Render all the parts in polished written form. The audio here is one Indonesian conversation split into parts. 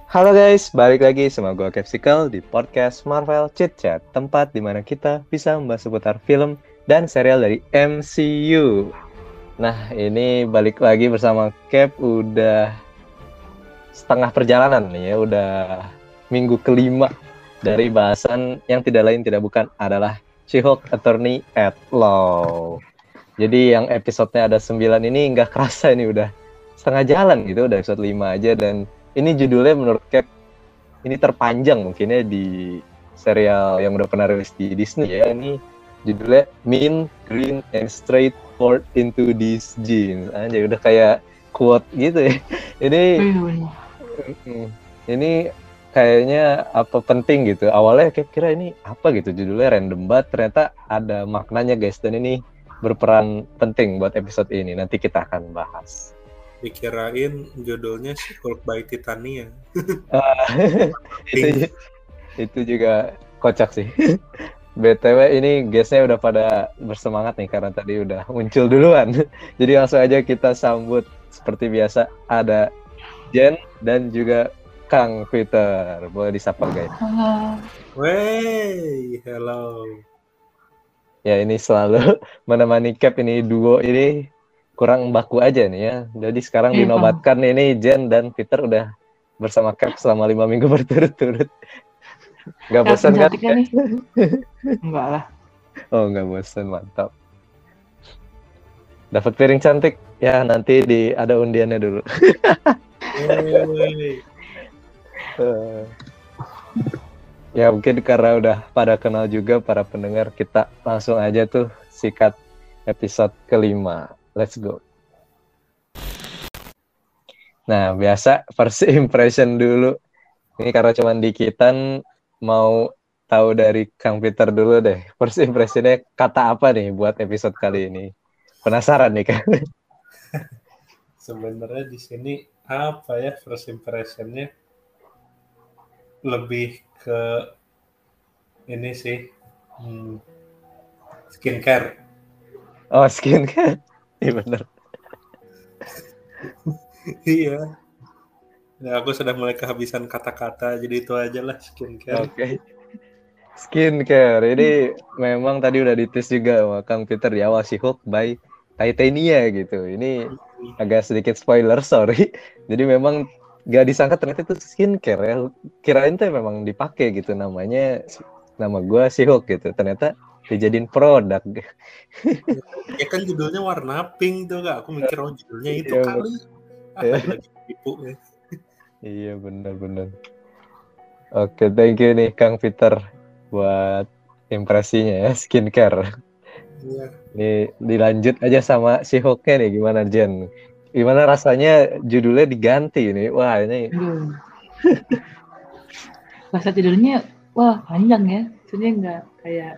Halo guys, balik lagi sama gue Capsicle di podcast Marvel Chit Chat, tempat di mana kita bisa membahas seputar film dan serial dari MCU. Nah, ini balik lagi bersama Cap, udah setengah perjalanan nih ya, udah minggu kelima dari bahasan yang tidak lain tidak bukan adalah She-Hulk Attorney at Law. Jadi yang episodenya ada 9 ini nggak kerasa ini udah setengah jalan gitu, udah episode 5 aja, dan ini judulnya menurut Cap ini terpanjang mungkinnya di serial yang udah pernah rilis di Disney ya. Ini judulnya Mean, Green, and Straightforward into These Jeans. Anjay, udah kayak quote gitu ya. Ini kayaknya apa penting gitu. Awalnya kayak kira ini apa gitu, judulnya random banget, ternyata ada maknanya guys, dan ini berperan penting buat episode ini. Nanti kita akan bahas. Dikirain judulnya She-Hulk by Titania. itu juga kocak sih. BTW ini guysnya udah pada bersemangat nih karena tadi udah muncul duluan. Jadi langsung aja kita sambut seperti biasa, ada Jen dan juga Kang Peter. Boleh disapa guys. Wey, hello. Ya, ini selalu menemani Cap, ini duo ini kurang baku aja nih ya. Jadi sekarang dinobatkan ini Jen dan Peter udah bersama Cap selama 5 minggu berturut-turut. Gak bosan kan? Nih? Enggak lah. Oh, gak bosan, mantap. Dapat piring cantik ya, nanti ada undiannya dulu. Ya mungkin karena udah pada kenal juga para pendengar, kita langsung aja tuh sikat episode kelima. Let's go. Nah, biasa first impression dulu. Ini karena cuman dikitan, mau tahu dari Kang Peter dulu deh. First impressionnya kata apa nih buat episode kali ini? Penasaran nih kan? Sebenarnya di sini apa ya first impressionnya? Lebih ke ini sih, skincare. Oh, skincare. Iya bener. Iya. Ya, aku sudah mulai kehabisan kata-kata, jadi itu aja lah skincare. Oke. Skincare. Ini memang tadi udah ditis juga sama Kang Peter di awal, She-Hulk by Titania gitu. Ini agak sedikit spoiler, sorry. Jadi memang gak disangka ternyata itu skincare ya. Kirain tuh memang dipakai gitu namanya, nama gue She-Hulk gitu. Ternyata dijadiin produk. Ya kan judulnya warna pink tuh Kak. Aku mikir judulnya itu Iya, kali. Lagi tipu ya. Iya benar. Oke, thank you nih Kang Peter buat impresinya ya, skincare. Iya. Ini dilanjut aja sama She-Hulk-nya nih, gimana Jen? Gimana rasanya judulnya diganti nih? Wah ini. Bahasa judulnya panjang ya. Sebenarnya nggak kayak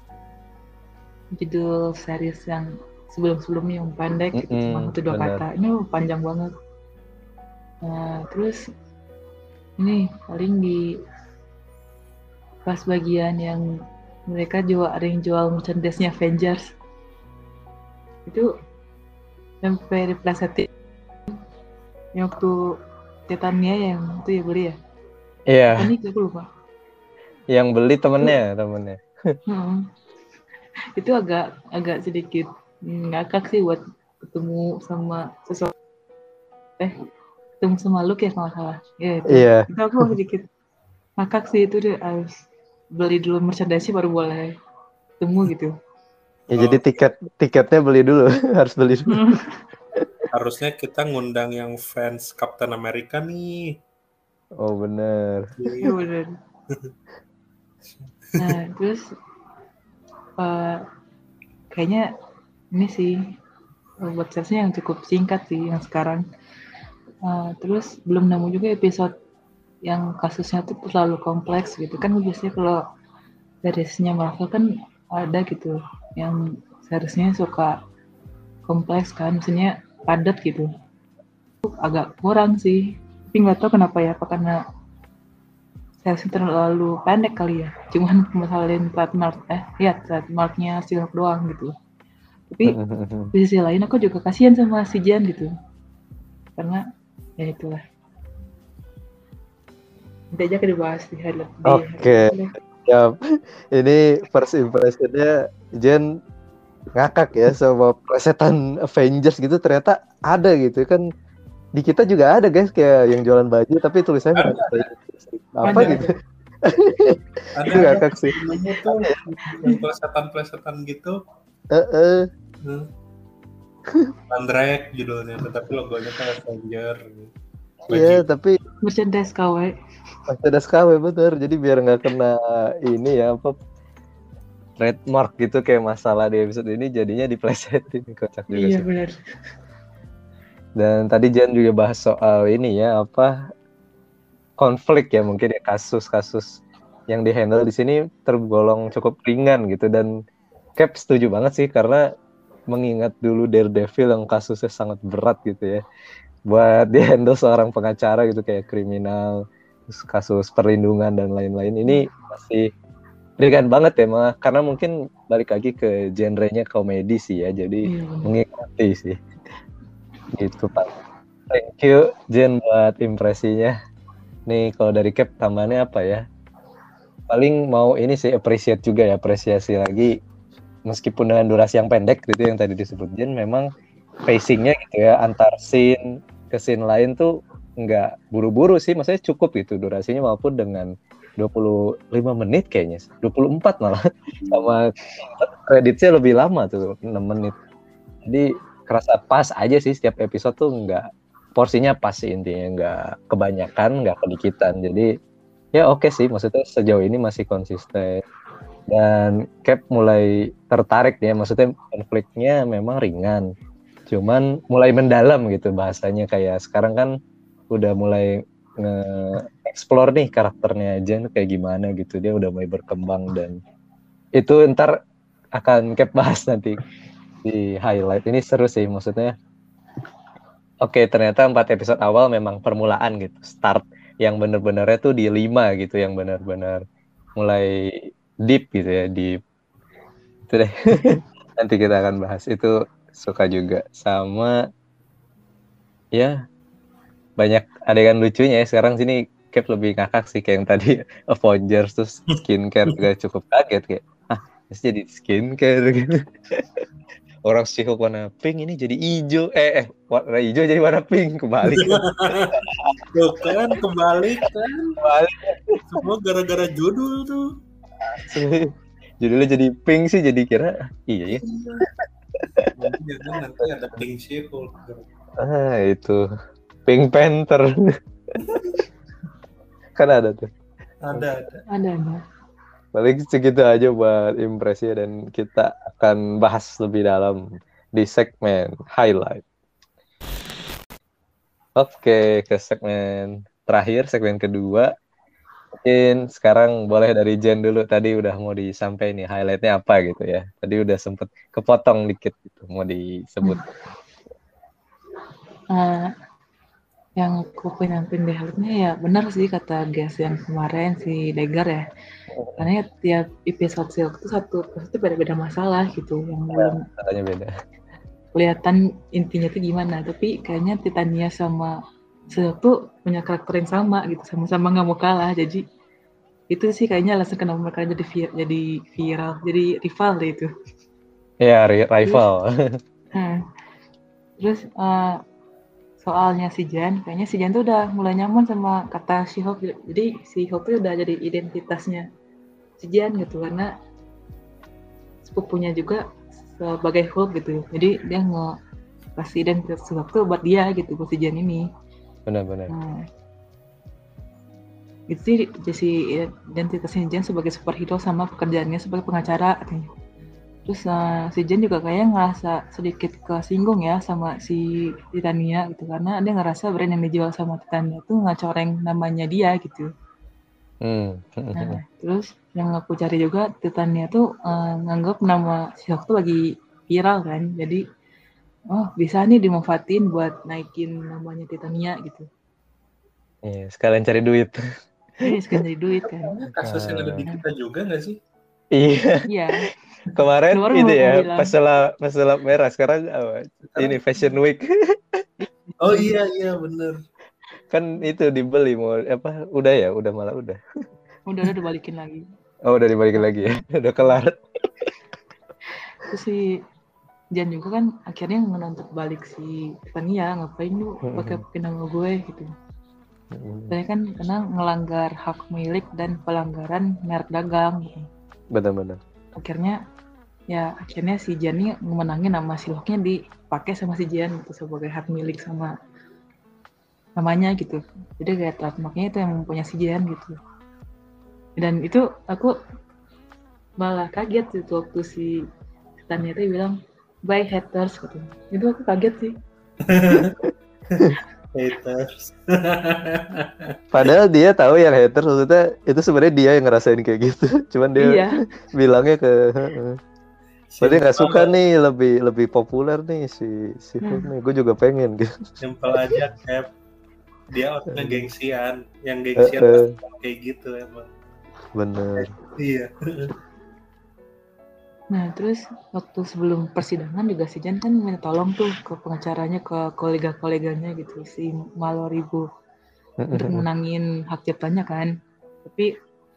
judul series yang sebelum-sebelumnya yang pendek gitu, cuma 1-2 kata. Ini panjang banget. Nah, terus ini paling di pas bagian yang mereka ada yang jual merchandise-nya Avengers. Itu sampai diplesetin yang waktu Titania yang itu ya beli ya. Iya. Ini aku lupa. Yang beli temennya. Itu agak sedikit ngakak sih buat ketemu sama sesuatu. Ketemu sama Luke ya kalau salah. Ya itu. Iya. Itu aku sedikit ngakak sih, itu deh harus beli dulu merchandise baru boleh ketemu gitu. Ya jadi tiketnya beli dulu, harus beli dulu. Harusnya kita ngundang yang fans Captain America nih. Oh benar. Iya benar. Nah terus kayaknya ini sih buat seriesnya yang cukup singkat sih yang sekarang. Terus belum nemu juga episode yang kasusnya tuh terlalu kompleks gitu kan. Biasanya kalau seriesnya Marvel kan ada gitu yang seriesnya suka kompleks kan, misalnya padat gitu. Agak kurang sih, tapi nggak tahu kenapa ya, apa karena seriesnya terlalu pendek kali ya, cuman masalahin trademarknya She-Hulk doang gitu. Tapi di sisi lain aku juga kasihan sama si Jen gitu, karena ya itulah. nanti aja dibahas di highlight Oke. Ya, ini first impressionnya Jen ngakak ya sama plesetan Avengers gitu, ternyata ada gitu kan. Di kita juga ada guys kayak yang jualan baju tapi tulisannya apa Ada, gitu. Ada Itu ngakak sih. Dulunya tuh yang plesetan-plesetan gitu. Heeh. Mandrake judulnya, tetapi logonya kan Avenger. Iya, tapi merchandise KW. Mercedes KW bener. Jadi biar nggak kena ini ya apa trademark gitu kayak masalah di episode ini jadinya diplesetin, kocak juga Iya sih. benar. Dan tadi Jan juga bahas soal ini ya apa konflik ya mungkin ya kasus-kasus yang dihandle di sini tergolong cukup ringan gitu dan Cap setuju banget sih karena mengingat dulu Daredevil yang kasusnya sangat berat gitu ya buat dihandle seorang pengacara gitu kayak kriminal, kasus perlindungan dan lain-lain ini masih ringan banget ya malah karena mungkin balik lagi ke genrenya komedi sih ya jadi mengikuti sih gitu Pak. Thank you Jen buat impresinya. Nih kalau dari Cap tambahannya apa ya? Paling mau ini sih appreciate juga ya, apresiasi lagi meskipun dengan durasi yang pendek gitu yang tadi disebut Jen memang pacingnya gitu ya antar scene ke scene lain tuh nggak buru-buru sih, maksudnya cukup gitu durasinya maupun dengan 25 menit kayaknya 24 malah sama kreditnya lebih lama tuh 6 menit jadi kerasa pas aja sih setiap episode tuh nggak porsinya pas sih intinya nggak kebanyakan nggak kedikitan jadi ya oke sih maksudnya sejauh ini masih konsisten dan Cap mulai tertarik ya maksudnya konfliknya memang ringan cuman mulai mendalam gitu bahasanya kayak sekarang kan udah mulai nge-explore nih karakternya Jen kayak gimana gitu dia udah mulai berkembang dan itu ntar akan Cap bahas nanti di highlight ini seru sih maksudnya oke ternyata 4 episode awal memang permulaan gitu start yang bener-benernya tuh di 5 gitu yang bener-bener mulai deep gitu ya deep itu deh nanti kita akan bahas itu suka juga sama ya banyak adegan lucunya ya sekarang sini Cap lebih ngakak sih kayak yang tadi Avengers terus skincare juga cukup kaget kayak terus jadi skincare gitu orang She-Hulk warna pink ini jadi hijau warna hijau jadi warna pink kebalik Tuh kan kebalik kan semua gara-gara judul tuh judulnya jadi pink sih jadi kira iya ya nanti ada Pink She-Hulk itu Pink Panther kan ada tuh ada paling segitu aja buat impresi dan kita akan bahas lebih dalam di segmen highlight. Oke, ke segmen terakhir, segmen kedua. Mungkin sekarang boleh dari Jen dulu. Tadi udah mau disampaikan nih highlightnya apa gitu ya. Tadi udah sempet kepotong dikit gitu, mau disebut. Yang aku pengen di highlightnya ya benar sih kata guys yang kemarin si Degar ya. Karena ya tiap episode Silk itu satu episode beda-beda masalah gitu yang belum katanya beda. Kelihatan intinya tuh gimana. Tapi kayaknya Titania sama Silk tuh punya karakter yang sama gitu, sama-sama nggak mau kalah. Jadi itu sih kayaknya alasan kenapa mereka jadi viral, jadi rival deh itu. Iya, rival. Terus soalnya si Jan, kayaknya si Jan tuh udah mulai nyaman sama kata She-Hulk. Jadi si Hulk tuh udah jadi identitasnya si Jan gitu, karena sepupunya juga sebagai Hulk gitu. Jadi dia nge-kasih identitas Hulk tuh buat dia gitu, buat si Jan ini. Benar-benar. Itu sih jadi identitasnya Jan sebagai superhero sama pekerjaannya sebagai pengacara katanya. Terus si Jen juga kayaknya ngerasa sedikit kesinggung ya sama si Titania gitu karena dia ngerasa brand yang dijual sama Titania tuh ngacoreng namanya dia gitu. Nah, terus yang aku cari juga Titania tuh nganggap nama si Hulk tuh lagi viral kan, jadi bisa nih dimanfaatin buat naikin namanya Titania gitu. Iya, sekalian cari duit. Sekalian cari duit kan. Kasus yang ada di kita juga nggak sih? Iya. Kemarin ini ya pesulap merah sekarang apa? Ini Fashion Week. Oh iya bener. Kan itu dibeli mau apa? Udah ya, udah malah udah. Udah balikin lagi. Oh, udah dibalikin lagi ya. Udah kelar. Terus si Jan juga kan akhirnya menuntut balik si Tania, ngapain lu pakai nama gue gitu. Soalnya kan karena ngelanggar hak milik dan pelanggaran merek dagang gitu. Benar-benar. Akhirnya si Jan ini memenangin nama Siloknya dipakai sama si Jan gitu sebagai hak milik sama namanya gitu. Jadi kayak trademarknya itu yang punya si Jan gitu. Dan itu aku malah kaget gitu waktu si Tania itu bilang bye haters gitu. Itu aku kaget sih. Haters. Padahal dia tahu yang haters, maksudnya itu sebenarnya dia yang ngerasain kayak gitu. Cuman dia bilangnya ke berarti nggak suka nih, lebih populer nih si Hulk nih. Gue juga pengen gitu. Simpel aja Cap. Dia orangnya gengsian, yang gengsian kayak gitu emang. Bener. Iya. Nah terus waktu sebelum persidangan juga si Jan kan minta tolong tuh ke pengacaranya, ke kolega-koleganya gitu, si Maloribu untuk menangin hak ciptanya kan. Tapi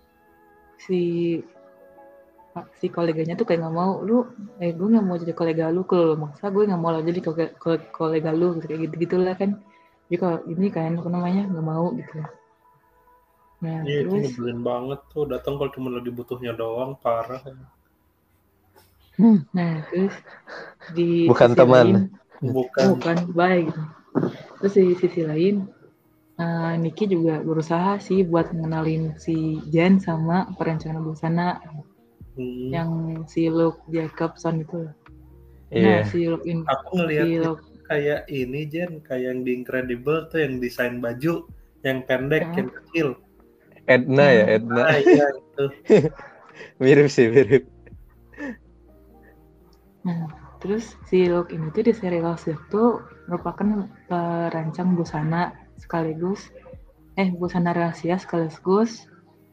si koleganya tuh kayak nggak mau, gue nggak mau jadi kolega lu, kalau lu maksa gue nggak mau lah jadi kolega lu gitu, kayak gitu gitulah kan. Jadi kalau ini kan apa namanya nggak mau gitu. Nah Iya, terus itu nyebelin banget tuh, datang kalau cuma lagi butuhnya doang, parah. Nah terus di Bukan sisi teman. lain Bukan baik gitu. Terus di sisi lain Niki juga berusaha sih buat mengenalin si Jan sama perencana busana yang si Luke Jacobson itu. Nah si Luke ini aku ngeliat kayak ini Jen, kayak yang di Incredible tuh yang desain baju yang pendek, yang kecil. Edna ya, Edna. Iya itu. Mirip sih, mirip. Nah, terus si Luke ini tuh di serial Silk tuh merupakan perancang busana sekaligus busana rahasia sekaligus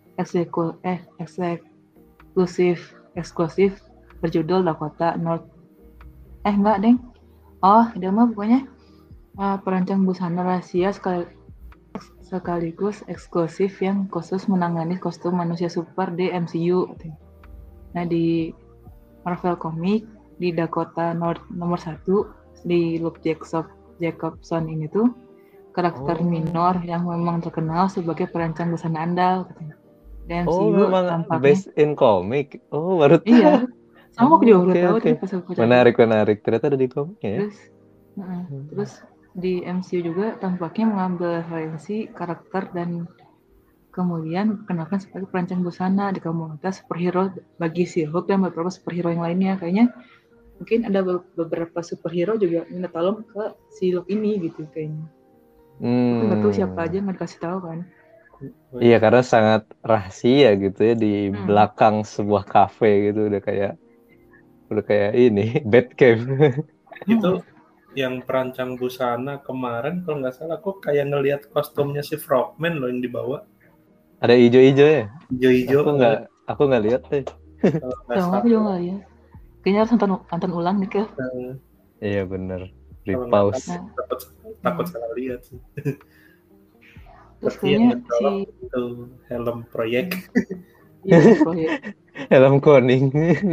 eksklusif berjudul Dakota North. Enggak, Deng. Oh, dia mah pokoknya perancang busana rahasia sekaligus eksklusif yang khusus menangani kostum manusia super di MCU. Nah, di Marvel Comics di Dakota North nomor 1 di Luke Jacobson ini tuh karakter minor yang memang terkenal sebagai perancang busana andal katanya. Di MCU memang tampaknya based in comic. Baru tahu. Iya. Sama aku juga baru tahu tuh pas aku cari. Menarik. Ternyata ada di komik ya. Terus di MCU juga tampaknya mengambil referensi karakter dan kemudian kenalkan sebagai perancang busana di komunitas superhero bagi si Hulk dan beberapa superhero yang lainnya. Kayaknya mungkin ada beberapa superhero juga minta tolong ke si Hulk ini gitu kayaknya. Tapi nggak tahu siapa aja, nggak dikasih tahu kan. Iya, karena sangat rahasia gitu ya, di belakang sebuah kafe gitu, udah kayak ini Batcave. Itu yang perancang busana kemarin kalau nggak salah aku kayak ngelihat kostumnya si Frogman loh yang dibawa. Ada hijau-hijau ya? Hijau-hijau. Aku nggak lihat deh. Sama aku juga nggak lihat. Kayaknya harus nonton ulang nih ke. Iya bener. Repause. Takut salah lihat sih. Terus kayaknya si helm proyek. Iya, proyek. Helm kuning.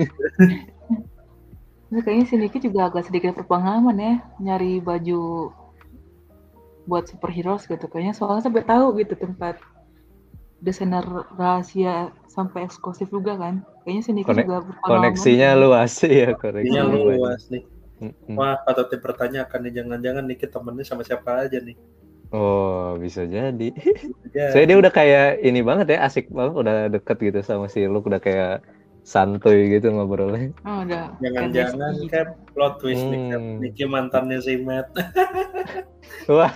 Nah, kayaknya si Niki juga agak sedikit berpengalaman ya nyari baju buat superhero gitu. Kayaknya soalnya sampai tahu gitu tempat desainer rahasia sampai eksklusif juga kan. Kayaknya si Niki juga berpengalaman. Koneksinya luas ya, koneksinya luas nih. Wah, patut dipertanyakan nih, jangan-jangan Niki temennya sama siapa aja nih. Oh, bisa jadi. Soalnya dia udah kayak ini banget ya, asik banget, udah deket gitu sama si Luke, udah kayak santuy gitu ngobrolnya. Oh, udah. Jangan-jangan kayak plot twist nih, Niki mantannya si Matt. Wah.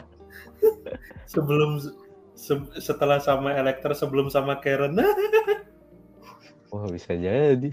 Setelah sama Elektra, sebelum sama Karen. Wah, bisa jadi.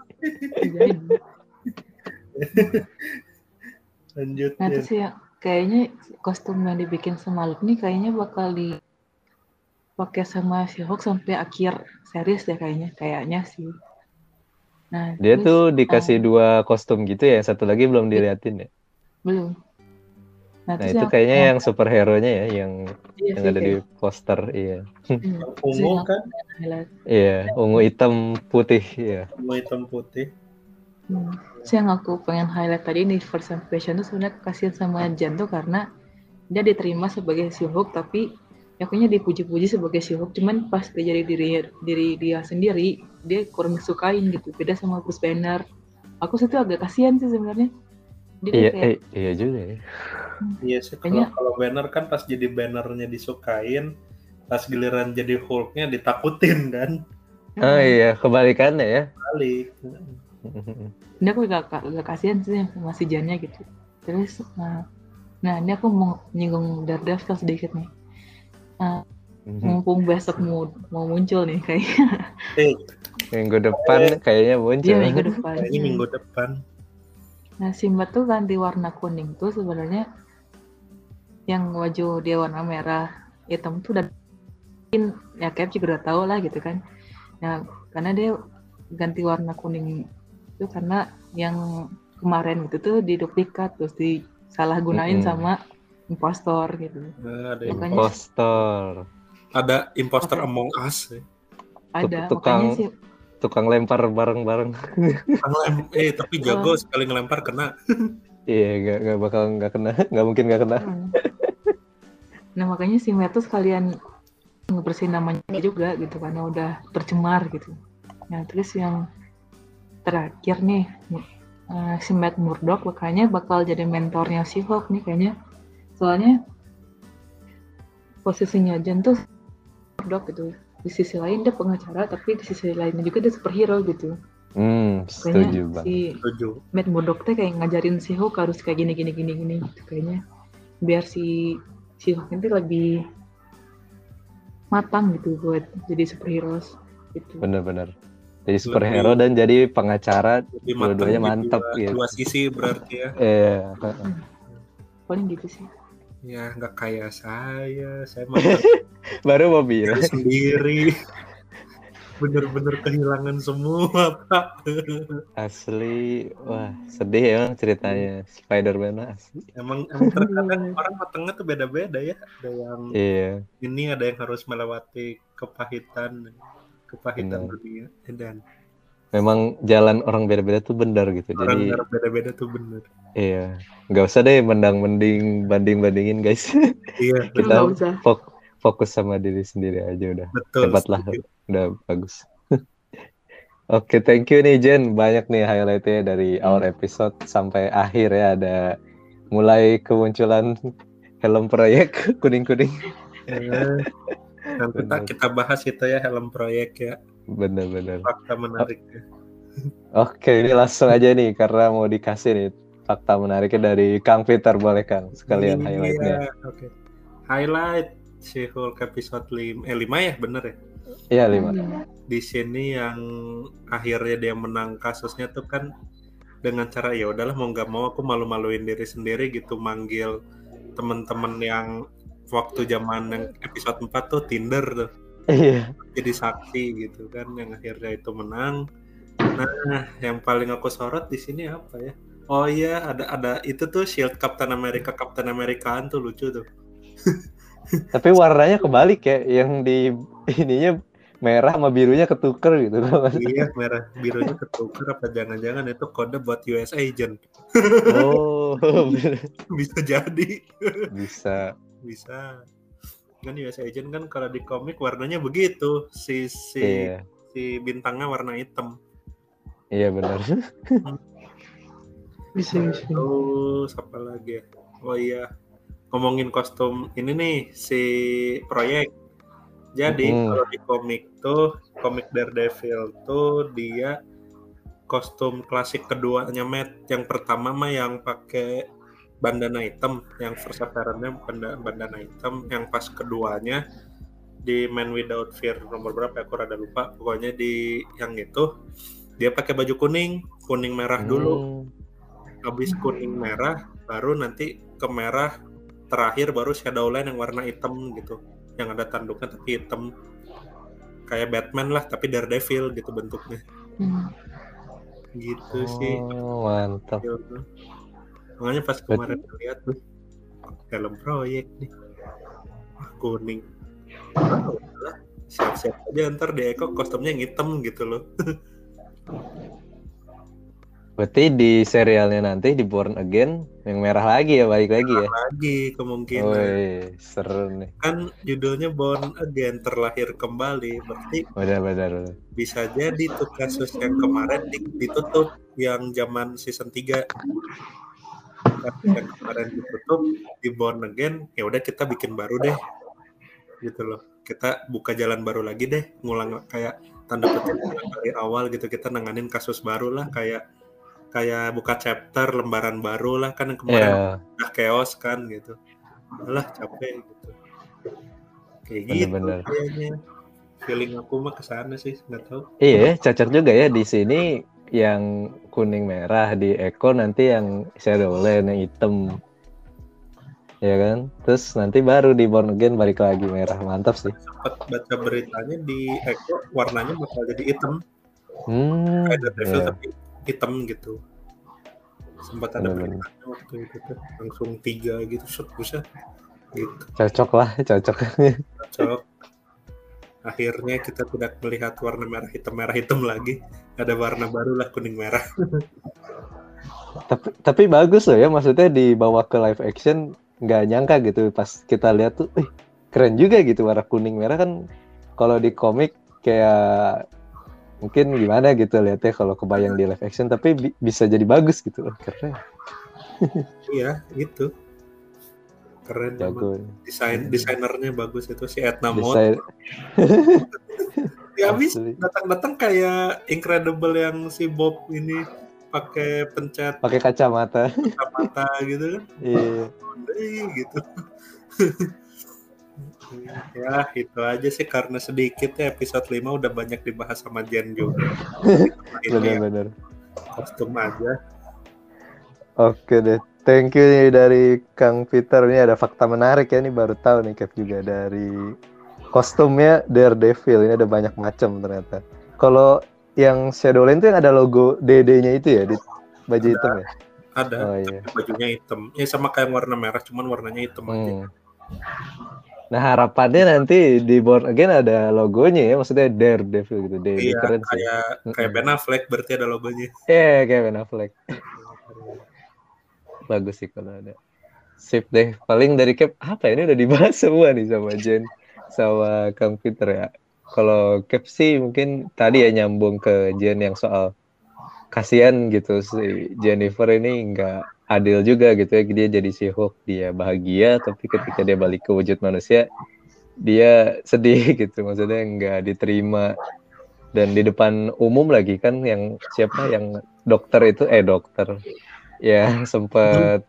Lanjut. Nah, terus ya kayaknya kostum yang dibikin sama Luke nih kayaknya bakal dipakai sama si Hulk sampai akhir series deh kayaknya sih. Nah, dia tuh dikasih 2 kostum gitu ya, yang satu lagi belum diliatin ya? Belum. Nah, Nah terus itu yang kayaknya yang superhero-nya ya, yang iya yang sih ada di kayak poster, iya. Yang terus ungu yang kan, highlight. Iya, ungu hitam putih, iya. ungu hitam putih. Terus yang aku pengen highlight tadi nih first impression tuh sebenarnya kasihan sama Jan tuh karena dia diterima sebagai She-Hulk tapi ya kayaknya dipuji-puji sebagai She-Hulk, cuman pas dia jadi diri dia sendiri dia kurang disukain gitu, beda sama Bruce Banner. Aku situ agak kasihan sih sebenarnya, dia Iya, kayak iya juga ya. Iya sih, kayaknya kalau banner kan pas jadi bannernya disukain, pas giliran jadi Hulknya ditakutin kan, Oh iya, kebalikannya ya. balik. ini aku agak kasihan sih sama si Jannya gitu. Terus nah ini aku mau nyinggung Daredevil sedikit nih. Mumpung besok mau muncul nih kayaknya. Minggu depan kayaknya muncul. Iya minggu depan. Kayaknya minggu depan. Nah Simba tuh ganti warna kuning tuh sebenarnya yang wajah dia warna merah hitam tuh udah ya Cap juga udah tahu lah gitu kan. Nah karena dia ganti warna kuning itu karena yang kemarin gitu tuh diduplikat terus disalahgunain sama impostor gitu. Ada impostor. Ada impostor Among Us. Ada tukang makanya sih tukang lempar bareng-bareng. Tapi jago sekali ngelempar kena. Iya, nggak kena, nggak mungkin nggak kena. Nah makanya si Metus kalian ngebersihin namanya juga gitu karena udah tercemar gitu. Nah terus yang terakhir nih si Matt Murdock makanya bakal jadi mentornya si Hulk nih kayaknya. Soalnya posisinya Jan tuh Murdock gitu. Di sisi lain dia pengacara tapi di sisi lainnya juga dia superhero gitu. Setuju Kayaknya bang. si Matt Murdock tuh kayak ngajarin si Hulk harus kayak gini gitu kayaknya. Biar si Hulk itu lebih matang gitu buat jadi superhero gitu. Bener-bener. Jadi superhero dan jadi pengacara, dua-duanya mantap gitu. Dua sisi berarti ya. Iya. Paling gitu sih. Ya nggak kayak saya baru mau bilang sendiri. Bener-bener kehilangan semua Pak. Asli, wah sedih emang ceritanya Spider-Man asli. Emang terkadang orang matengnya tuh beda-beda ya. Ada yang ini, ada yang harus melewati kepahitan dunia. Dan memang jalan orang beda-beda tuh benar gitu. Orang beda-beda tuh benar. Iya, nggak usah deh banding-bandingin guys. Iya. Kita fokus sama diri sendiri aja udah. Betul, hebat lah, udah bagus. Oke, thank you nih Jen, banyak nih highlightnya dari awal episode sampai akhir ya, ada mulai kemunculan helm proyek kuning-kuning. Nanti kita bahas itu ya, helm proyek ya. Bener-bener. Fakta menariknya. Oke, ini langsung aja nih karena mau dikasih nih fakta menariknya dari Kang Peter, boleh Kang sekalian highlightnya. Oke. Highlight She-Hulk episode 5 ya, bener ya? Iya 5. Di sini yang akhirnya dia menang kasusnya tuh kan dengan cara ya udahlah mau nggak mau aku malu-maluin diri sendiri gitu, manggil teman-teman yang waktu zaman yang episode 4 tuh Tinder tuh. Iya. Jadi saksi gitu kan, yang akhirnya itu menang. Nah, yang paling aku sorot di sini apa ya? Oh iya, ada itu tuh shield Captain Amerikaan tuh lucu tuh. Tapi warnanya kebalik ya, yang di ininya merah sama birunya ketuker gitu. Iya, merah birunya ketuker, apa jangan-jangan itu kode buat US agent. Oh, bisa jadi. Bisa. Kan US agent kan kalau di komik warnanya begitu, si bintangnya warna hitam. Iya benar. Bisa. Terus apa lagi? Oh iya, ngomongin kostum ini nih si proyek. Jadi kalau di komik Daredevil tuh dia kostum klasik keduanya Matt. Yang pertama mah yang pakai bandana hitam, yang first appearance-nya bandana hitam. Yang pas keduanya di Man Without Fear nomor berapa ya, aku rada lupa. Pokoknya di yang itu dia pakai baju kuning merah dulu. Habis kuning merah baru nanti ke merah, terakhir baru Shadowland yang warna hitam gitu, yang ada tanduknya tapi hitam, kayak Batman lah tapi Daredevil gitu bentuknya. Gitu sih. Mantap. Makanya pas kemarin lihat tuh helm proyek nih. Kuning. Oh, siap-siap aja ntar di Eko kostumnya yang hitam gitu loh. Berarti di serialnya nanti di Born Again yang merah lagi ya, balik lagi ya. Lagi kemungkinan. Woi, seru nih. Kan judulnya Born Again, terlahir kembali. Berarti Benar. bisa jadi tuh kasus yang kemarin ditutup yang zaman season 3. Kasus yang kemarin ditutup di Born Again, ya udah kita bikin baru deh. Gitu loh. Kita buka jalan baru lagi deh, ngulang kayak tanda petik dari awal gitu, kita nanganin kasus baru lah, kayak buka chapter lembaran baru lah, kan yang kemarin udah chaos kan gitu. Alah capek gitu. Kayak gitu kayaknya. Feeling aku mah kesana sih, nggak tahu. Iya, cocok juga ya di sini yang kuning merah, di Eko nanti yang Shadowland yang hitam. Ya kan? Terus nanti baru di Born Again balik lagi merah. Mantap sih. Sempat baca beritanya di Eko warnanya bakal jadi hitam. Kayak Devil tapi hitam gitu. Sempat ada beritanya waktu itu tuh. Langsung 3 gitu. Buset. Gitu. Cocok. Akhirnya kita tidak melihat warna merah hitam lagi. Ada warna baru lah, kuning merah. tapi bagus loh ya, maksudnya dibawa ke live action. Nggak nyangka gitu pas kita lihat tuh, keren juga gitu warna kuning merah kan. Kalau di komik kayak mungkin gimana gitu lihatnya kalau kebayang di live action, tapi bisa jadi bagus gitu loh, keren. Iya gitu, keren. Jago. Desainernya bagus itu si Edna Mode. Ya habis datang kayak Incredible yang si Bob ini pakai kacamata gitu kan. Iya. Gitu. Ya itu aja sih, karena sedikit ya episode 5 udah banyak dibahas sama Jen juga. Benar. Kostum aja. Oke deh, thank you nih dari Kang Peter. Ini ada fakta menarik ya, ini baru tahu nih Kev juga dari kostumnya Daredevil. Ini ada banyak macam ternyata. Kalau yang Shadowland itu yang ada logo DD-nya itu ya di baju hitam ya? Ada, bajunya hitam. Ya sama kayak warna merah, cuman warnanya hitam aja. Nah harapannya nanti di Born Again ada logonya ya, maksudnya Daredevil gitu. Iya, keren kayak Ben Affleck berarti ada logonya. Iya, kayak Ben Affleck. Bagus sih kalau ada. Sip deh, paling dari Cap apa ya, ini udah dibahas semua nih sama Jen sama Kang Peter ya. Kalau Cap sih mungkin tadi ya nyambung ke Jen yang soal kasihan gitu si Jennifer ini nggak adil juga gitu ya, dia jadi She-Hulk, dia bahagia tapi ketika dia balik ke wujud manusia dia sedih gitu, maksudnya nggak diterima dan di depan umum lagi kan, yang siapa yang dokter ya sempat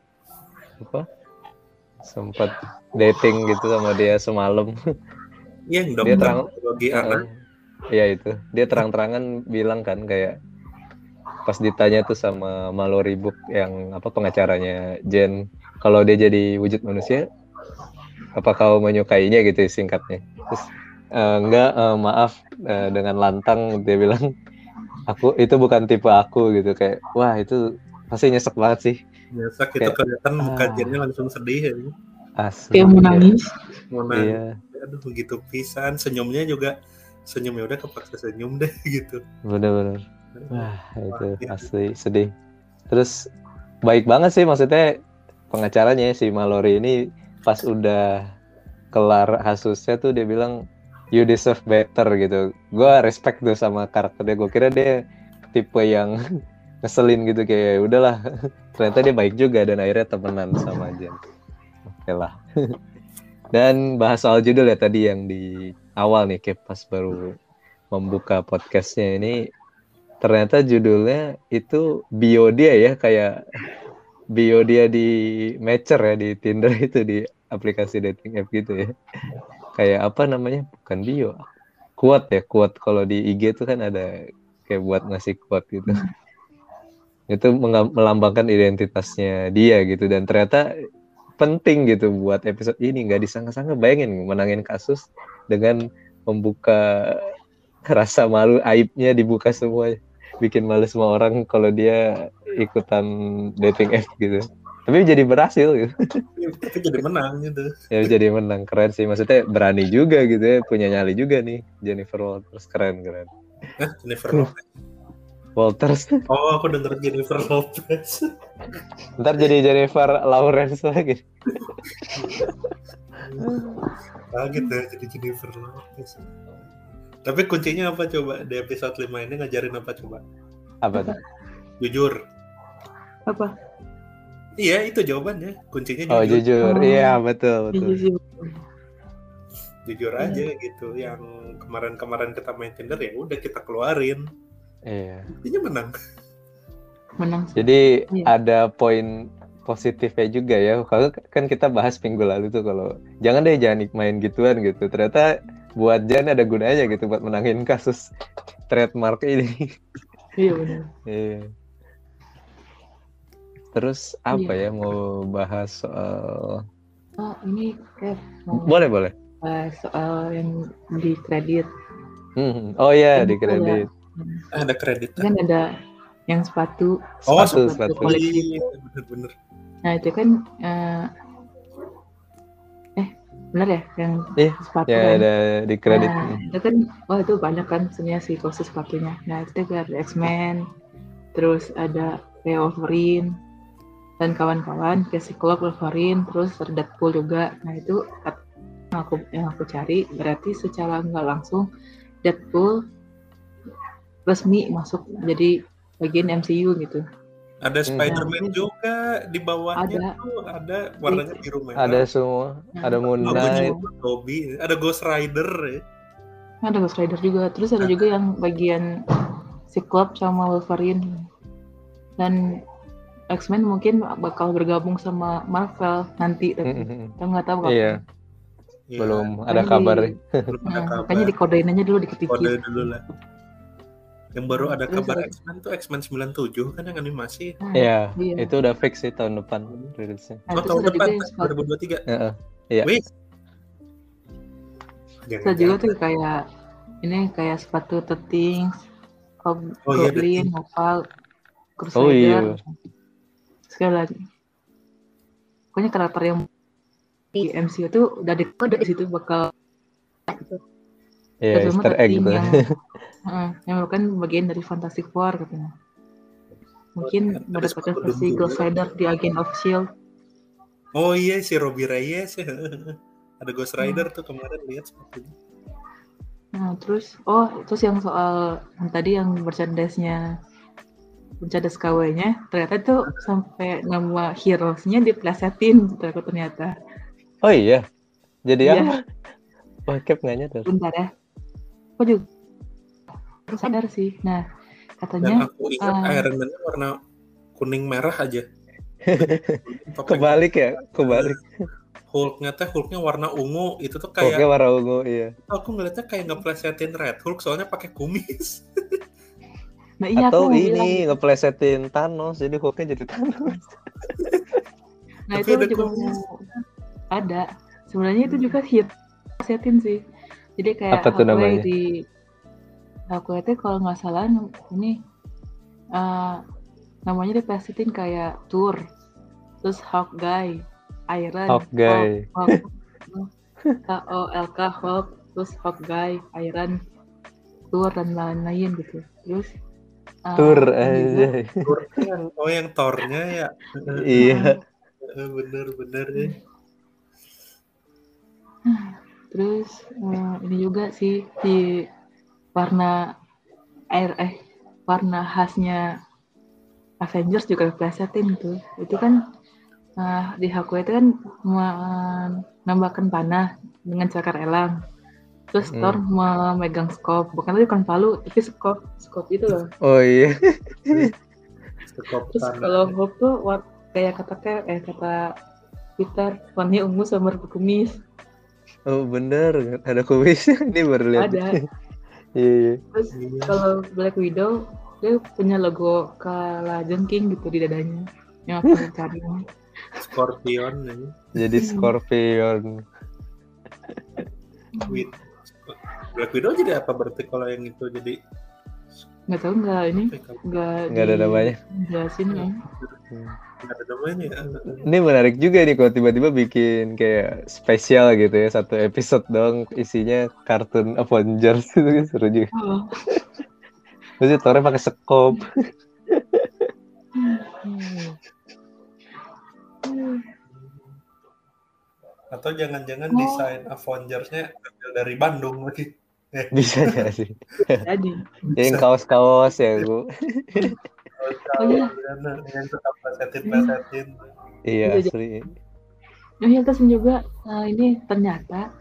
dating gitu sama dia semalam. Iya, dokter biologi anak. Iya itu, dia terang-terangan bilang kan kayak pas ditanya tuh sama Mallory Book yang pengacaranya Jen, kalau dia jadi wujud manusia apa kau menyukainya gitu singkatnya. Terus enggak, maaf, dengan lantang dia bilang aku itu bukan tipe aku gitu. Kayak wah itu pasti nyesek banget sih. Nyesek itu kelihatan muka Jennya langsung sedih ya. Asli. Kayak mau nangis. Iya. Aduh begitu pisan, senyumnya udah kepaksa senyum deh gitu. Bener-bener. Wah itu asli sedih. Terus baik banget sih, maksudnya pengacaranya si Mallory ini pas udah kelar kasusnya tuh dia bilang you deserve better gitu. Gue respect tuh sama karakternya. Gue kira dia tipe yang ngeselin gitu, kayak udahlah. Ternyata dia baik juga dan akhirnya temenan sama Jen. Oke lah. Dan bahas soal judul ya tadi yang di awal nih, kayak pas baru membuka podcastnya ini, ternyata judulnya itu bio dia ya, kayak bio dia di Matcher ya, di Tinder itu, di aplikasi dating app gitu ya. Kayak apa namanya, bukan bio, quote kalau di IG itu kan ada kayak buat ngasih quote gitu. Itu melambangkan identitasnya dia gitu, dan ternyata penting gitu buat episode ini. Nggak disangka-sangka, bayangin menangin kasus dengan membuka rasa malu, aibnya dibuka semua, bikin malu semua orang kalau dia ikutan dating app gitu. Tapi jadi berhasil gitu. Tapi jadi menang gitu. Ya jadi menang, keren sih. Maksudnya berani juga gitu ya, punya nyali juga nih Jennifer Walters, keren. Jennifer Lopez. Walters. Oh, aku denger Jennifer Lopez. Ntar jadi Jennifer Lawrence lagi. Kaget ya jadi Jennifer Lopez. Tapi kuncinya apa coba di episode 5 ini ngajarin apa coba? Apa tuh? Jujur. Apa? Iya, itu jawabannya. Kuncinya Oh, jujur. jujur. Iya, betul. Iya. Jujur aja gitu. Yang kemarin-kemarin kita main Tinder ya udah kita keluarin. Iya. Intinya menang. Menang sih. Jadi Iya. ada poin positifnya juga ya. Kalau kan kita bahas minggu lalu tuh kalau jangan main gituan gitu. Ternyata buat Jan ada gunanya gitu buat menangin kasus trademark ini. Iya benar. Iya. Terus apa ya mau bahas soal? Oh ini kayak mau Boleh. bahas soal yang di kredit. Oh ya, Kan di kredit. Ada kredit. Kan ada yang sepatu. Oh, sepatu. Koleksi. Bener-bener. Nah itu kan benar ya yang sepatu ya kan. ada di kredit. Nah, itu kan itu banyak kan sebenarnya sih khusus sepatunya. Nah itu kan ada X-Men, terus ada kayak Wolverine dan kawan-kawan, kayak Cyclops, Wolverine, terus ada Deadpool juga. Nah itu yang aku cari berarti secara nggak langsung Deadpool resmi masuk jadi bagian MCU gitu. Ada Spider-Man juga di bawahnya tuh ada warnanya biru merah. Ada semua, ada Moon Knight, ada Ghost Rider ya. Ada Ghost Rider juga, terus ada juga yang bagian Cyclops sama Wolverine. Dan X-Men mungkin bakal bergabung sama Marvel nanti, tapi kita nggak tahu kapan. Iya. Belum ada kabar. Makanya dikodein aja dulu dikit-dikit. Kode dulu lah. Yang baru ada kabar X-Men tuh X-Men 97 kan yang animasi. Iya, itu udah fix sih tahun depan rilisnya. Tahun depan 2023. Iya. Wih. Terus juga tuh kayak sepatu The Things, Goblin, Novel, Crusader. Sekali lagi. Pokoknya karakter yang di MCU tuh udah dikode di situ bakal Iya, Easter egg gitu. Yang merupakan bagian dari Fantastic Four katanya. Mungkin mendapatkan versi Ghost Rider di Agent of S.H.I.E.L.D. Oh iya, si Robbie Reyes. Ada Ghost Rider tuh kemarin lihat sepatunya. Nah, terus yang soal yang tadi yang merchandise-nya KW-nya, ternyata tuh sampai nama heroes-nya diplesetin ternyata. Oh iya? Jadi apa? Wah, Cap nggak nyadar. Bentar ya. Aku juga sadar sih. Nah, katanya yang aku ingat Iron Man warna kuning merah aja. Kebalik. Hulknya warna ungu, itu tuh kayak Hulknya warna ungu, iya. Aku ngeliatnya kayak ngeplesetin Red Hulk soalnya pakai kumis. Nah, iya, atau ini ngeplesetin Thanos, jadi Hulknya jadi Thanos. Nah itu juga ada. Sebenarnya itu juga plesetin sih. Jadi kayak apa tuh namanya? Aku itu kalau nggak salah ini namanya diplesetin kayak Thor, terus Hawkeye, Iron, Hawkeye, Hulk, Hulk, terus Hawkeye, Iron, Thor dan lain-lain gitu. Terus Thor aja. Oh yang Thor-nya ya. Iya. Bener ya. Terus ini juga sih di warna khasnya Avengers juga diplesetin tuh. Itu kan di Haku itu kan menambahkan panah dengan cakar elang. Terus Thor memegang skop, bukan palu tapi skop itu loh. Oh iya. Terus kalau Hulk tuh kayak kata Peter warnanya ungu sama berkumis. Oh bener, ada kumisnya. Ini baru lihat. Ada. Iya. Terus kalau Black Widow dia punya logo kalajengking gitu di dadanya. Yang aku cari. Scorpion nih. Jadi Scorpion. Black Widow jadi apa berarti kalau yang itu jadi? Nggak tahu, nggak ada namanya. Jelasin ya. nggak ada namanya. Ini menarik juga nih kalau tiba-tiba bikin kayak spesial gitu ya, satu episode dong isinya kartun Avengers itu kan seru juga. Oh. Terus Thor pakai sekop. Atau jangan-jangan desain Avengers-nya ambil dari Bandung lagi. Bisa nggak sih? Jadi. Yang kaos-kaos ya Bu. Oh iya. Yang suka plesetin. Iya Iya, asli. Nah, terus juga ini ternyata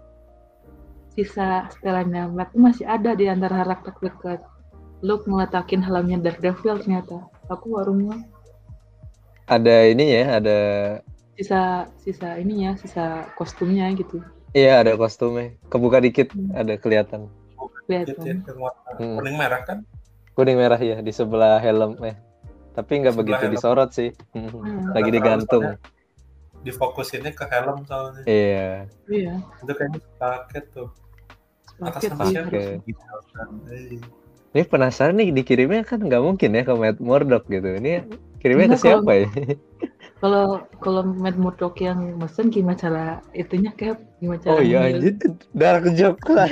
sisa setelannya Matt tuh masih ada di antara rak dekat. Luke ngeletakin helmnya Daredevil ternyata. Aku warungnya Ada ini ya, ada sisa ininya, sisa kostumnya gitu. iya ada kostumnya. Kebuka dikit ada kelihatan. Kelihatan. Yang warna kuning merah kan? Kuning merah ya di sebelah helmnya. Tapi nggak Sebelah begitu helm. disorot sih. Lagi digantung. Difokusinnya ke helm soalnya. Iya. Iya. Itu kayaknya paket tuh. Atas Paket nama sih siapa? harusnya. Ini penasaran nih dikirimnya kan nggak mungkin ya ke Matt Murdock gitu. Ini kirimnya ke Enggak, siapa ya? Kalau Matt Murdock yang mesen gimana cara itunya kayak gimana cara Oh iya ngambil? anjir, dark joke lah.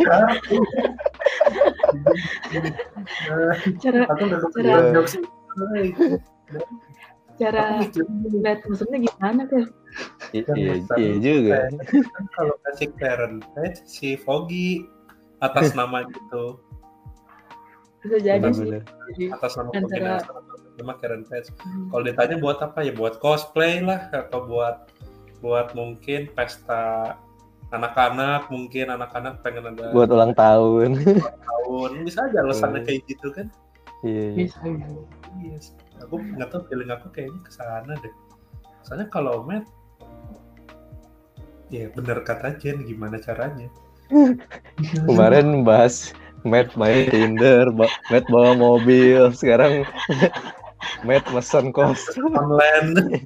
cara Aku nggak cara kepikiran jokes sih. cara Aku mikir, lihat mesennya gimana kayak Iya juga. kan kalau kasih parent page si Foggy atas nama gitu, bisa jadi sih. Benar-benar. Jadi atas nama Foggy antara nama Karen Page. Kalau ditanya buat apa ya, buat cosplay lah, atau buat mungkin pesta anak-anak, mungkin anak-anak pengen ada Buat ulang tahun. tahun, bisa aja alasannya kayak gitu kan. Iya. bisa. Yes. Aku nggak tahu, feeling aku kayaknya kesana deh. Soalnya kalau Matt, ya bener kata Jen, gimana caranya? Kemarin bahas Matt main Tinder, Matt bawa mobil, sekarang Matt mesen kos. Online.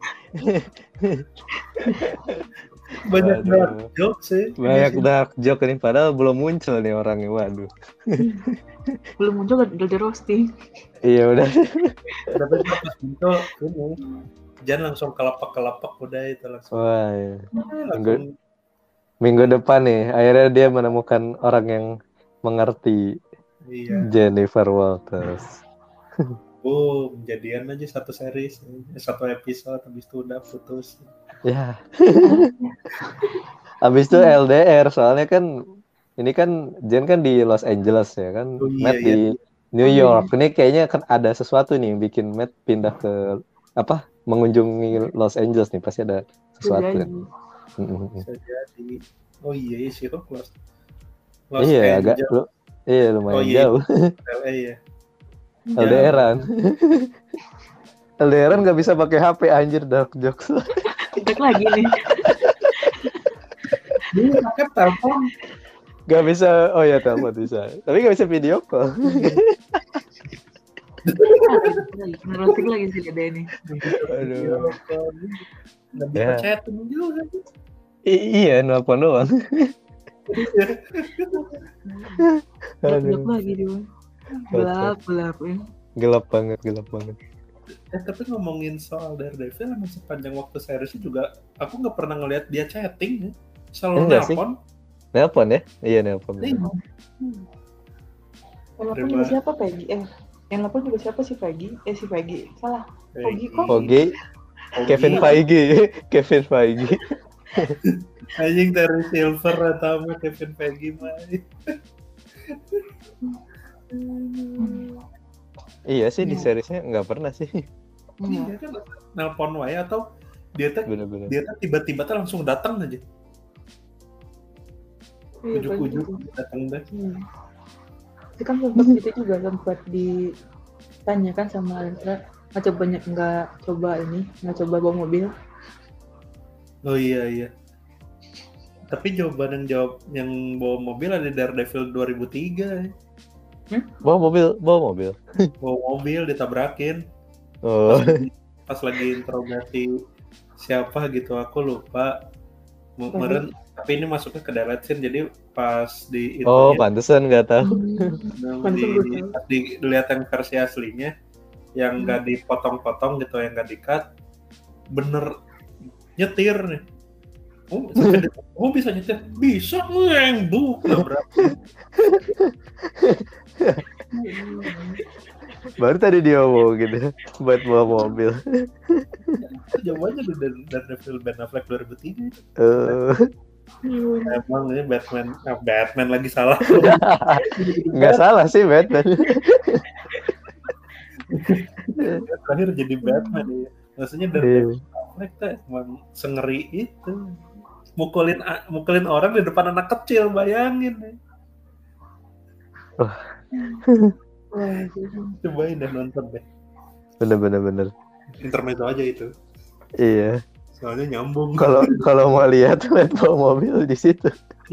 Banyak Waduh. dark joke sih. Banyak dark joke nih, padahal belum muncul nih orangnya. Waduh. Belum muncul udah di roasting. Iya udah. Tapi pas muncul ini, Jan langsung kelepak udah itu langsung. Wah, iya. Langsung Minggu depan nih, akhirnya dia menemukan orang yang mengerti. iya. Jennifer Walters. Jadian aja satu series, satu episode, habis itu udah putus. Ya. Habis itu LDR, soalnya kan ini kan Jen kan di Los Angeles ya kan, Oh, iya, Matt iya. di New York. Ini kayaknya kan ada sesuatu nih yang bikin Matt pindah ke mengunjungi Los Angeles nih, pasti ada sesuatu Bisa kan. jadi. Bisa jadi. Oh iya sih, kok Los Iya, agak Angeles, lumayan iya. jauh. LA ya. LDRan. LDRan nggak bisa pakai HP anjir, dark jokes. Kita lagi nih. Dia pakai telepon. Gak bisa, oh ya telepon bisa. Tapi gak bisa video call. Ngerosting lagi sih ada ini. Aduh. Nggak bisa Ya. chatting juga. Iya, nelpon doang. Gelap lagi dia. Gelap ya. Gelap banget. Tapi ngomongin soal Daredevil, emang sepanjang waktu seriesnya juga aku nggak pernah ngelihat dia chatting ya. Selalu Enggak sih. nelpon. Nelpon ya? Iya, nelpon. Iya. Yang lapor juga siapa Peggy? Yang lapor juga siapa sih Peggy? Si Peggy. Salah. Foggy kok. Foggy, Kevin Feige. Anjing Terry Silver atau sama Kevin Feige mah. Iya sih di seriesnya nggak pernah sih. Iya kan, nelpon wae atau dia tuh Bener-bener. tiba-tiba tuh langsung datang aja. Iya, Ujuk-ujuk Peggy. datang deh. Itu kan sempat itu juga sempat ditanyakan sama Alexra nggak coba bawa mobil. Oh iya. Tapi jawaban yang bawa mobil ada Daredevil 2003 ya. Bawa mobil. Bawa mobil ditabrakin. Oh. Pas lagi interogasi siapa gitu, aku lupa. Meren, tapi ini masuknya ke delete scene, jadi pas di Oh, pantesan nggak tahu. pas dilihat yang versi aslinya yang nggak dipotong-potong gitu, yang nggak di-cut, bener nyetir nih. Oh bisa nyetir? Bisa, ngebuk nabrak. Baru tadi dia ngomong gitu buat bawa mobil. Jawabannya dari film Ben Affleck 2003. Emang ini Batman lagi salah. Nggak salah sih Batman. Terakhir jadi Batman ya. Maksudnya dari Affleck tuh emang sengeri itu. Mukulin orang di depan anak kecil, bayangin. Cobain deh nonton deh. Bener. Intermezzo aja itu. Iya. Soalnya nyambung. Kalau mau lihat bawa mobil di situ.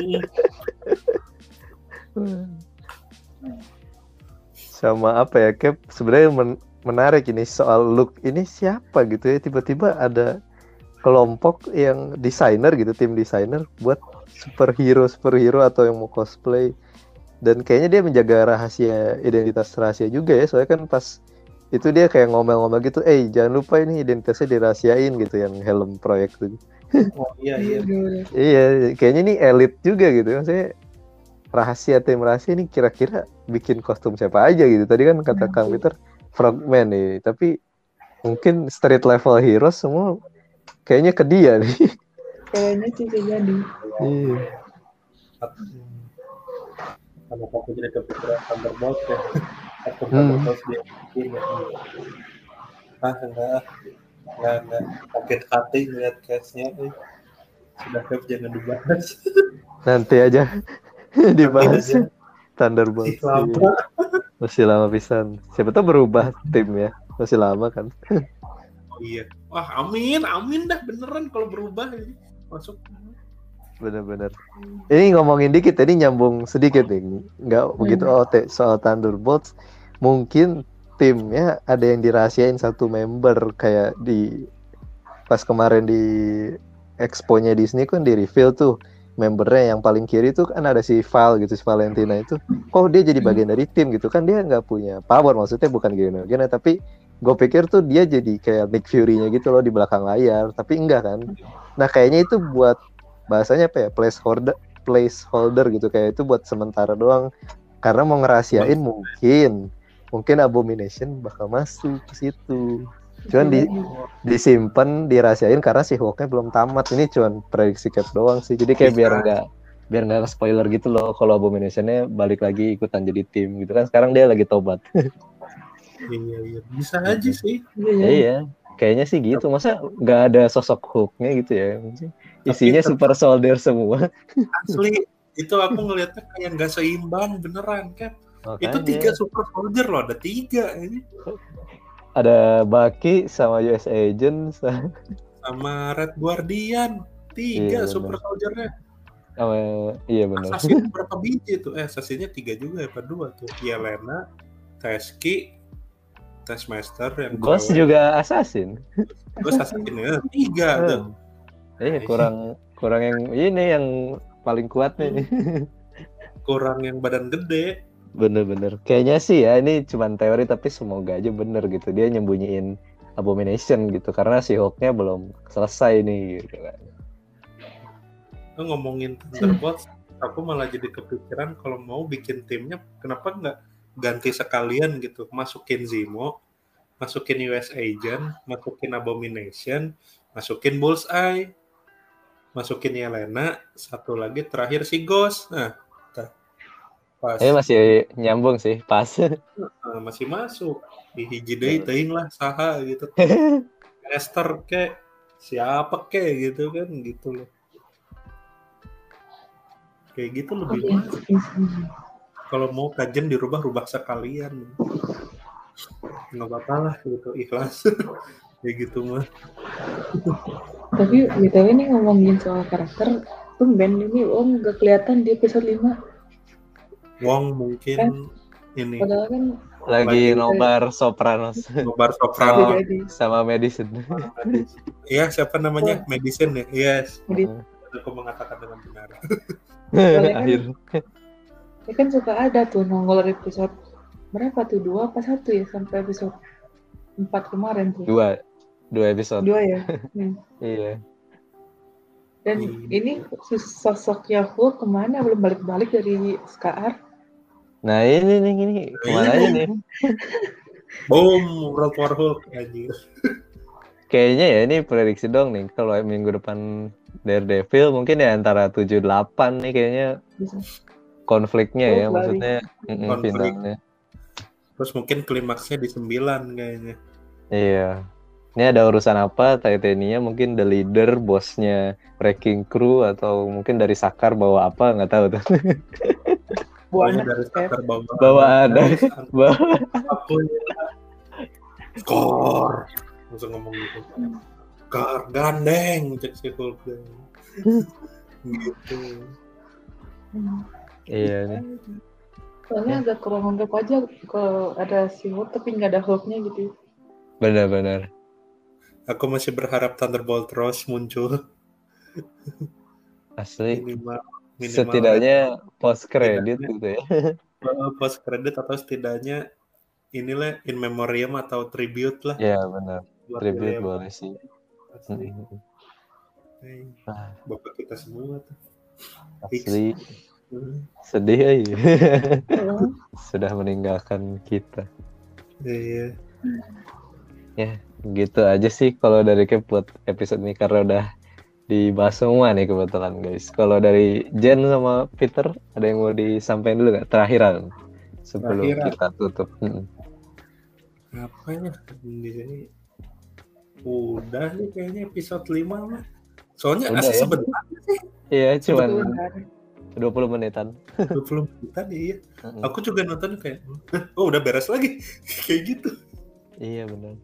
Sama apa ya, Cap? Sebenarnya menarik ini soal look ini siapa gitu ya, tiba-tiba ada kelompok yang desainer gitu, tim desainer buat superhero atau yang mau cosplay. Dan kayaknya dia menjaga identitas rahasia juga ya, soalnya kan pas itu dia kayak ngomel-ngomel gitu, jangan lupa ini identitasnya dirahasiain gitu, yang helm proyek tuh. Oh iya. Iya, kayaknya ini elit juga gitu, maksudnya tim rahasia ini kira-kira bikin kostum siapa aja gitu. Tadi kan kata Kang Peter Frogman nih, tapi mungkin street level heroes semua kayaknya ke dia nih. Kayaknya sih jadi. Iya. Kenapa aku jadi kepikiran Thunderbolt ya? Thunderbolt dia bikin ya. Enggak sakit hati ngeliat case-nya. Sudah Kev, jangan dibahas. Nanti aja dibahas. Thunderbolt masih lama pisan. Siapa tahu berubah tim ya, masih lama kan. Oh iya. Wah, amin dah beneran kalau berubah ini masuk. Bener. Ini ngomongin dikit, ini nyambung sedikit nih, nggak begitu soal Thunderbolts. Mungkin timnya ada yang dirahasiain satu member, kayak di pas kemarin di expo-nya Disney kan di reveal tuh membernya yang paling kiri tuh kan ada si Val gitu, si Valentina itu. Kok dia jadi bagian dari tim gitu kan, dia nggak punya power, maksudnya bukan gini, tapi gue pikir tuh dia jadi kayak Nick Fury-nya gitu loh di belakang layar, tapi enggak kan. Nah kayaknya itu buat bahasanya apa ya, placeholder gitu, kayak itu buat sementara doang karena mau ngerahasiain mungkin Abomination bakal masuk ke situ. Cuman disimpan, dirahasiain karena si Hulk-nya belum tamat. Ini cuman prediksi Cap doang sih. Jadi kayak biar nggak spoiler gitu loh kalau Abomination-nya balik lagi ikutan jadi tim gitu kan. Sekarang dia lagi tobat. Iya. Bisa aja sih. Iya. Kayaknya sih gitu. Masa nggak ada sosok Hulk-nya gitu ya? Isinya super soldier semua. Asli, itu aku ngelihatnya kayak nggak seimbang beneran kan. Itu 3 super soldier loh, ada 3 ini. Ada Bucky sama US Agent sama Red Guardian, 3 super soldiernya. Iya benar. Assassin berapa biji tuh? Assassinnya 3 juga apa 2 tuh? Yelena, Teskey, Taskmaster yang Ghost juga assassin. Ghost assassinnya 3 tuh. Kurang yang ini yang paling kuat nih. Kurang yang badan gede. Bener. Kayaknya sih ya ini cuma teori, tapi semoga aja bener gitu. Dia nyembunyiin Abomination gitu karena si Hulk-nya belum selesai nih gitu kan. Ngomongin Thunderbolts, aku malah jadi kepikiran kalau mau bikin timnya kenapa nggak ganti sekalian gitu, masukin Zemo, masukin US Agent, masukin Abomination, masukin Bullseye, masukin Yelena, satu lagi terakhir si Ghost. Nah, pas. Masih nyambung sih, pas. Masih masuk. Di hiji deui teuing lah saha gitu. Esther kek, siapa kek gitu kan gitu loh. Kayak gitu lebih masuk. Kalau mau kajen dirubah sekalian. Nggak apa-apa lah gitu, ikhlas. Kayak gitu mah. Tapi BTW ini ngomongin soal karakter, tumben ini Om nggak kelihatan di episode 5. Wong mungkin kan, ini padahal kan lagi nobar Sopranos sama Medicine. Iya, siapa namanya? Medicine ya? Yes. Aku mengatakan dengan benar. Akhirnya. Ya kan suka ada tuh nongol episode berapa tuh, 2 apa 1 ya sampai episode 4 kemarin tuh. 2. 2 episode. 2 ya. Iya. Dan ini sosoknya Hulk kemana? Belum balik-balik dari Skaar. Nah ini kemana aja nih? Boom, World War Hulk anjir. Kayaknya ya ini prediksi dong nih. Kalau minggu depan Daredevil mungkin ya antara 7-8 nih kayaknya Bisa. konfliknya ya, Hulk maksudnya Konflik. finalnya. Terus mungkin klimaksnya di 9 kayaknya. Iya. Ini ada urusan apa? Titania mungkin the leader, bosnya Wrecking Crew, atau mungkin dari Sakar bawa apa, nggak tahu tuh. Pokoknya dari Sakar Bawa ada. Aku ya. Skor. Langsung ngomong gitu. Skor gandeng, cek si Hulk. Gitu. Iya nih. Soalnya agak kurang anggap aja kalau ada si Hulk tapi nggak ada Hulknya gitu. Benar-benar. Aku masih berharap Thunderbolt Ross muncul. Asli. Minimal Setidaknya post credit gitu ya. Post credit atau setidaknya inilah in memoriam atau tribute lah. Ya benar. Tribute boleh sih. Bapak kita semua tuh. Asli. Sedih aja. Sudah meninggalkan kita. Iya. Ya, gitu aja sih kalau dari Cap buat episode ini karena udah dibahas semua nih kebetulan guys. Kalau dari Jen sama Peter ada yang mau disampaikan dulu nggak terakhiran sebelum kita tutup? Apa ya di sini? Udah nih kayaknya episode 5 mah. Soalnya udah asal ya? sebentar sih. Iya, cuma 20 menitan. 20 menitan iya. Aku juga nonton kayak, oh udah beres lagi. Kayak gitu. Iya benar.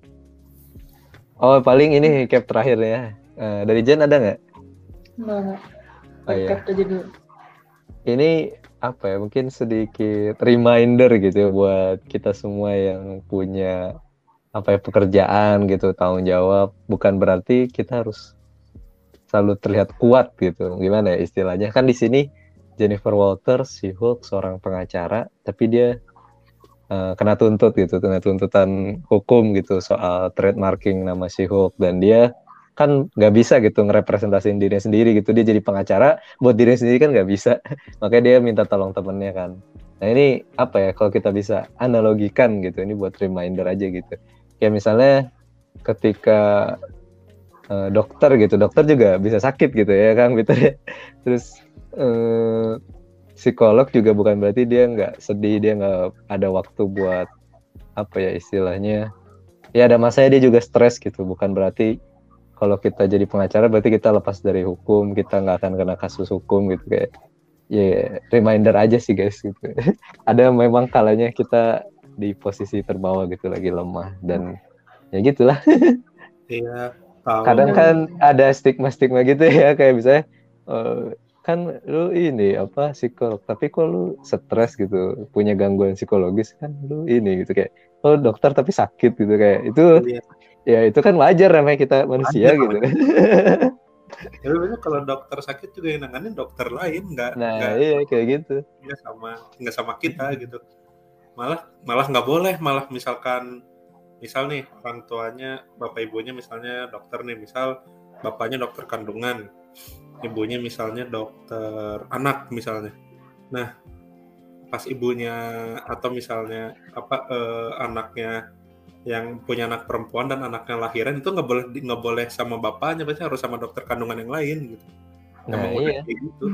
Oh paling ini Cap terakhir ya. Dari Jen ada nggak? Nggak. Oh, iya. Cap aja dulu. Ini apa ya? Mungkin sedikit reminder gitu ya buat kita semua yang punya apa ya pekerjaan gitu, tanggung jawab. Bukan berarti kita harus selalu terlihat kuat gitu. Gimana ya istilahnya? Kan di sini Jennifer Walters, si Hulk seorang pengacara, tapi dia kena tuntut gitu, kena tuntutan hukum gitu soal trademarking nama si Hulk, dan dia kan nggak bisa gitu ngerepresentasiin dirinya sendiri gitu, dia jadi pengacara buat dirinya sendiri kan nggak bisa, makanya dia minta tolong temennya kan. Nah ini apa ya kalau kita bisa analogikan gitu, ini buat reminder aja gitu, kayak misalnya ketika dokter gitu, dokter juga bisa sakit gitu ya Kang Peter ya. Terus psikolog juga bukan berarti dia nggak sedih, dia nggak ada waktu buat apa ya istilahnya, ya ada masanya dia juga stres gitu, bukan berarti kalau kita jadi pengacara berarti kita lepas dari hukum, kita nggak akan kena kasus hukum gitu, kayak ya reminder aja sih guys gitu. Ada memang kalanya kita di posisi terbawah gitu, lagi lemah, dan ya gitulah. Iya. Kadang kan ada stigma-stigma gitu ya, kayak misalnya kan lu ini apa psikolog tapi kok lu stres gitu, punya gangguan psikologis, kan lu ini gitu, kayak oh dokter tapi sakit gitu, kayak itu ya itu kan wajar namanya kita manusia wajar, gitu. Ya biasanya kalau dokter sakit juga yang nanganin dokter lain, nggak iya kayak gitu, nggak sama kita gitu, malah nggak boleh, malah misal nih orang tuanya bapak ibunya misalnya dokter nih, misal bapaknya dokter kandungan, ibunya misalnya dokter anak misalnya. Nah, pas ibunya atau misalnya anaknya yang punya anak perempuan dan anaknya lahiran itu nggak boleh sama bapaknya, pasti harus sama dokter kandungan yang lain gitu. Nah iya. Gitu.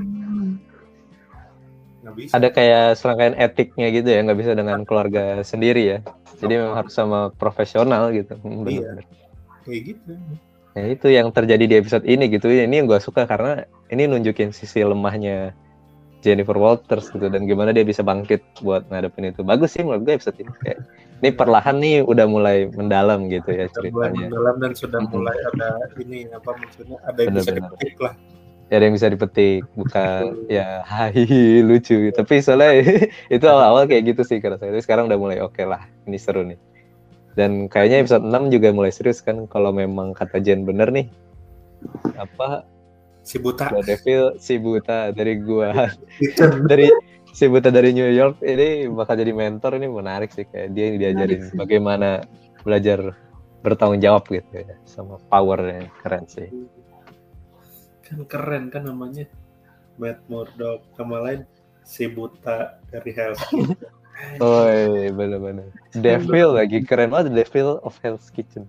Nggak bisa. Ada kayak serangkaian etiknya gitu ya, nggak bisa dengan keluarga sendiri ya. Jadi memang harus sama profesional gitu. Iya. Kayak gitu. Nah itu yang terjadi di episode ini gitu. Ini yang gue suka karena ini nunjukin sisi lemahnya Jennifer Walters gitu, dan gimana dia bisa bangkit buat ngadepin itu. Bagus sih menurut gue episode ini. Kayak ini perlahan nih udah mulai mendalam gitu ya ceritanya. Mendalam dan sudah mulai ada ini apa maksudnya, ada yang bisa dipetik lah. Ya ada yang bisa dipetik, bukan ya hahihi lucu. Tapi soalnya itu awal-awal kayak gitu sih karena saya. Tapi sekarang udah mulai oke lah. Ini seru nih. Dan kayaknya episode 6 juga mulai serius kan, kalau memang kata Jen bener nih. Apa? Si Buta dari gua. Dari si Buta dari New York ini bakal jadi mentor, ini menarik sih, kayak dia yang diajarin bagaimana belajar bertanggung jawab gitu ya, sama powernya keren sih. Kan keren kan namanya Matt Murdock, sama lain si buta dari Hell's Kitchen. Oh iya, bener-bener. Devil lagi keren banget, Devil of Hell's Kitchen.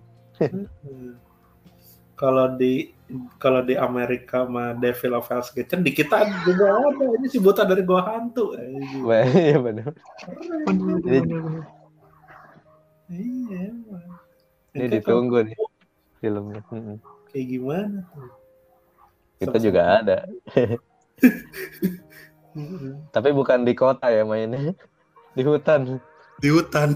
Kalau di Amerika mah Devil of Hell's Kitchen, di kita juga ada ini si buta dari gua hantu. Wah, iya bener. Bener. Iya emang. Ini ditunggu nih filmnya. Kayak gimana tuh? Kita juga ada. Tapi bukan di kota ya mainnya, di hutan. Di hutan.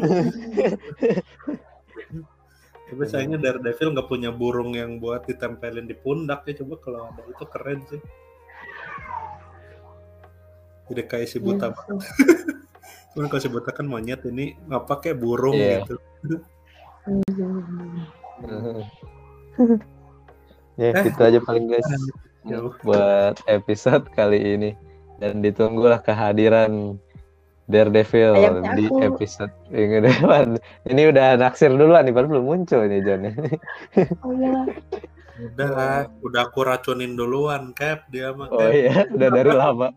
Tapi sayangnya Daredevil nggak punya burung yang buat ditempelin di pundak ya. Coba kalau ada itu keren sih. Jadi kayak si buta. Cuman kalau si buta kan monyet, ini nggak pakai burung gitu. Ya gitu aja paling guys buat episode kali ini, dan ditunggulah kehadiran Daredevil di episode minggu depan. Ini udah naksir duluan nih, baru belum muncul nih John. Oh iya. Udah aku racunin duluan Cap dia mah. Oh iya, udah dari lama.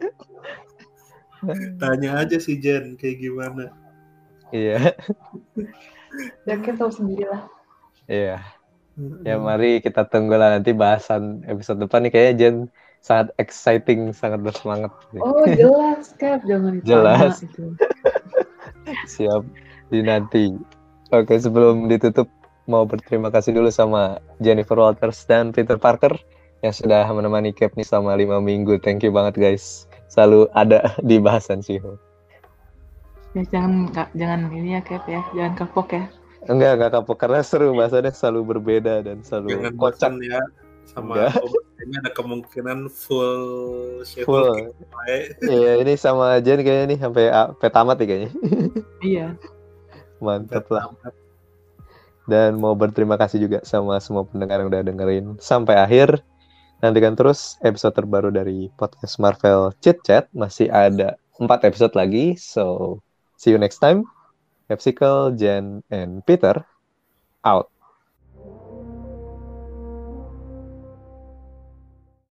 Tanya aja si Jen kayak gimana. Iya. Ya Cap tahu sendiri lah. Iya. Ya mari kita tunggulah nanti bahasan episode depan nih, kayaknya Jen sangat exciting, sangat bersemangat. Oh jelas Cap, jangan ditanya. Jelas. Itu. Siap dinanti. Oke, sebelum ditutup mau berterima kasih dulu sama Jennifer Walters dan Peter Parker yang sudah menemani Cap nih selama 5 minggu. Thank you banget guys, selalu ada di bahasan She-Hulk. Ya jangan ini ya Cap ya, jangan kapok ya. Enggak kapok karena seru, bahasanya selalu berbeda dan selalu jangan kocak ya sama ini ada kemungkinan full She-Hulk. Iya, ini sama Jen kayaknya nih sampai tamat nih kayaknya. Iya. Mantap lah. Dan mau berterima kasih juga sama semua pendengar yang udah dengerin sampai akhir. Nantikan terus episode terbaru dari podcast Marvel Chit Chat. Masih ada 4 episode lagi. So, see you next time. Capsicle, Jen, and Peter out.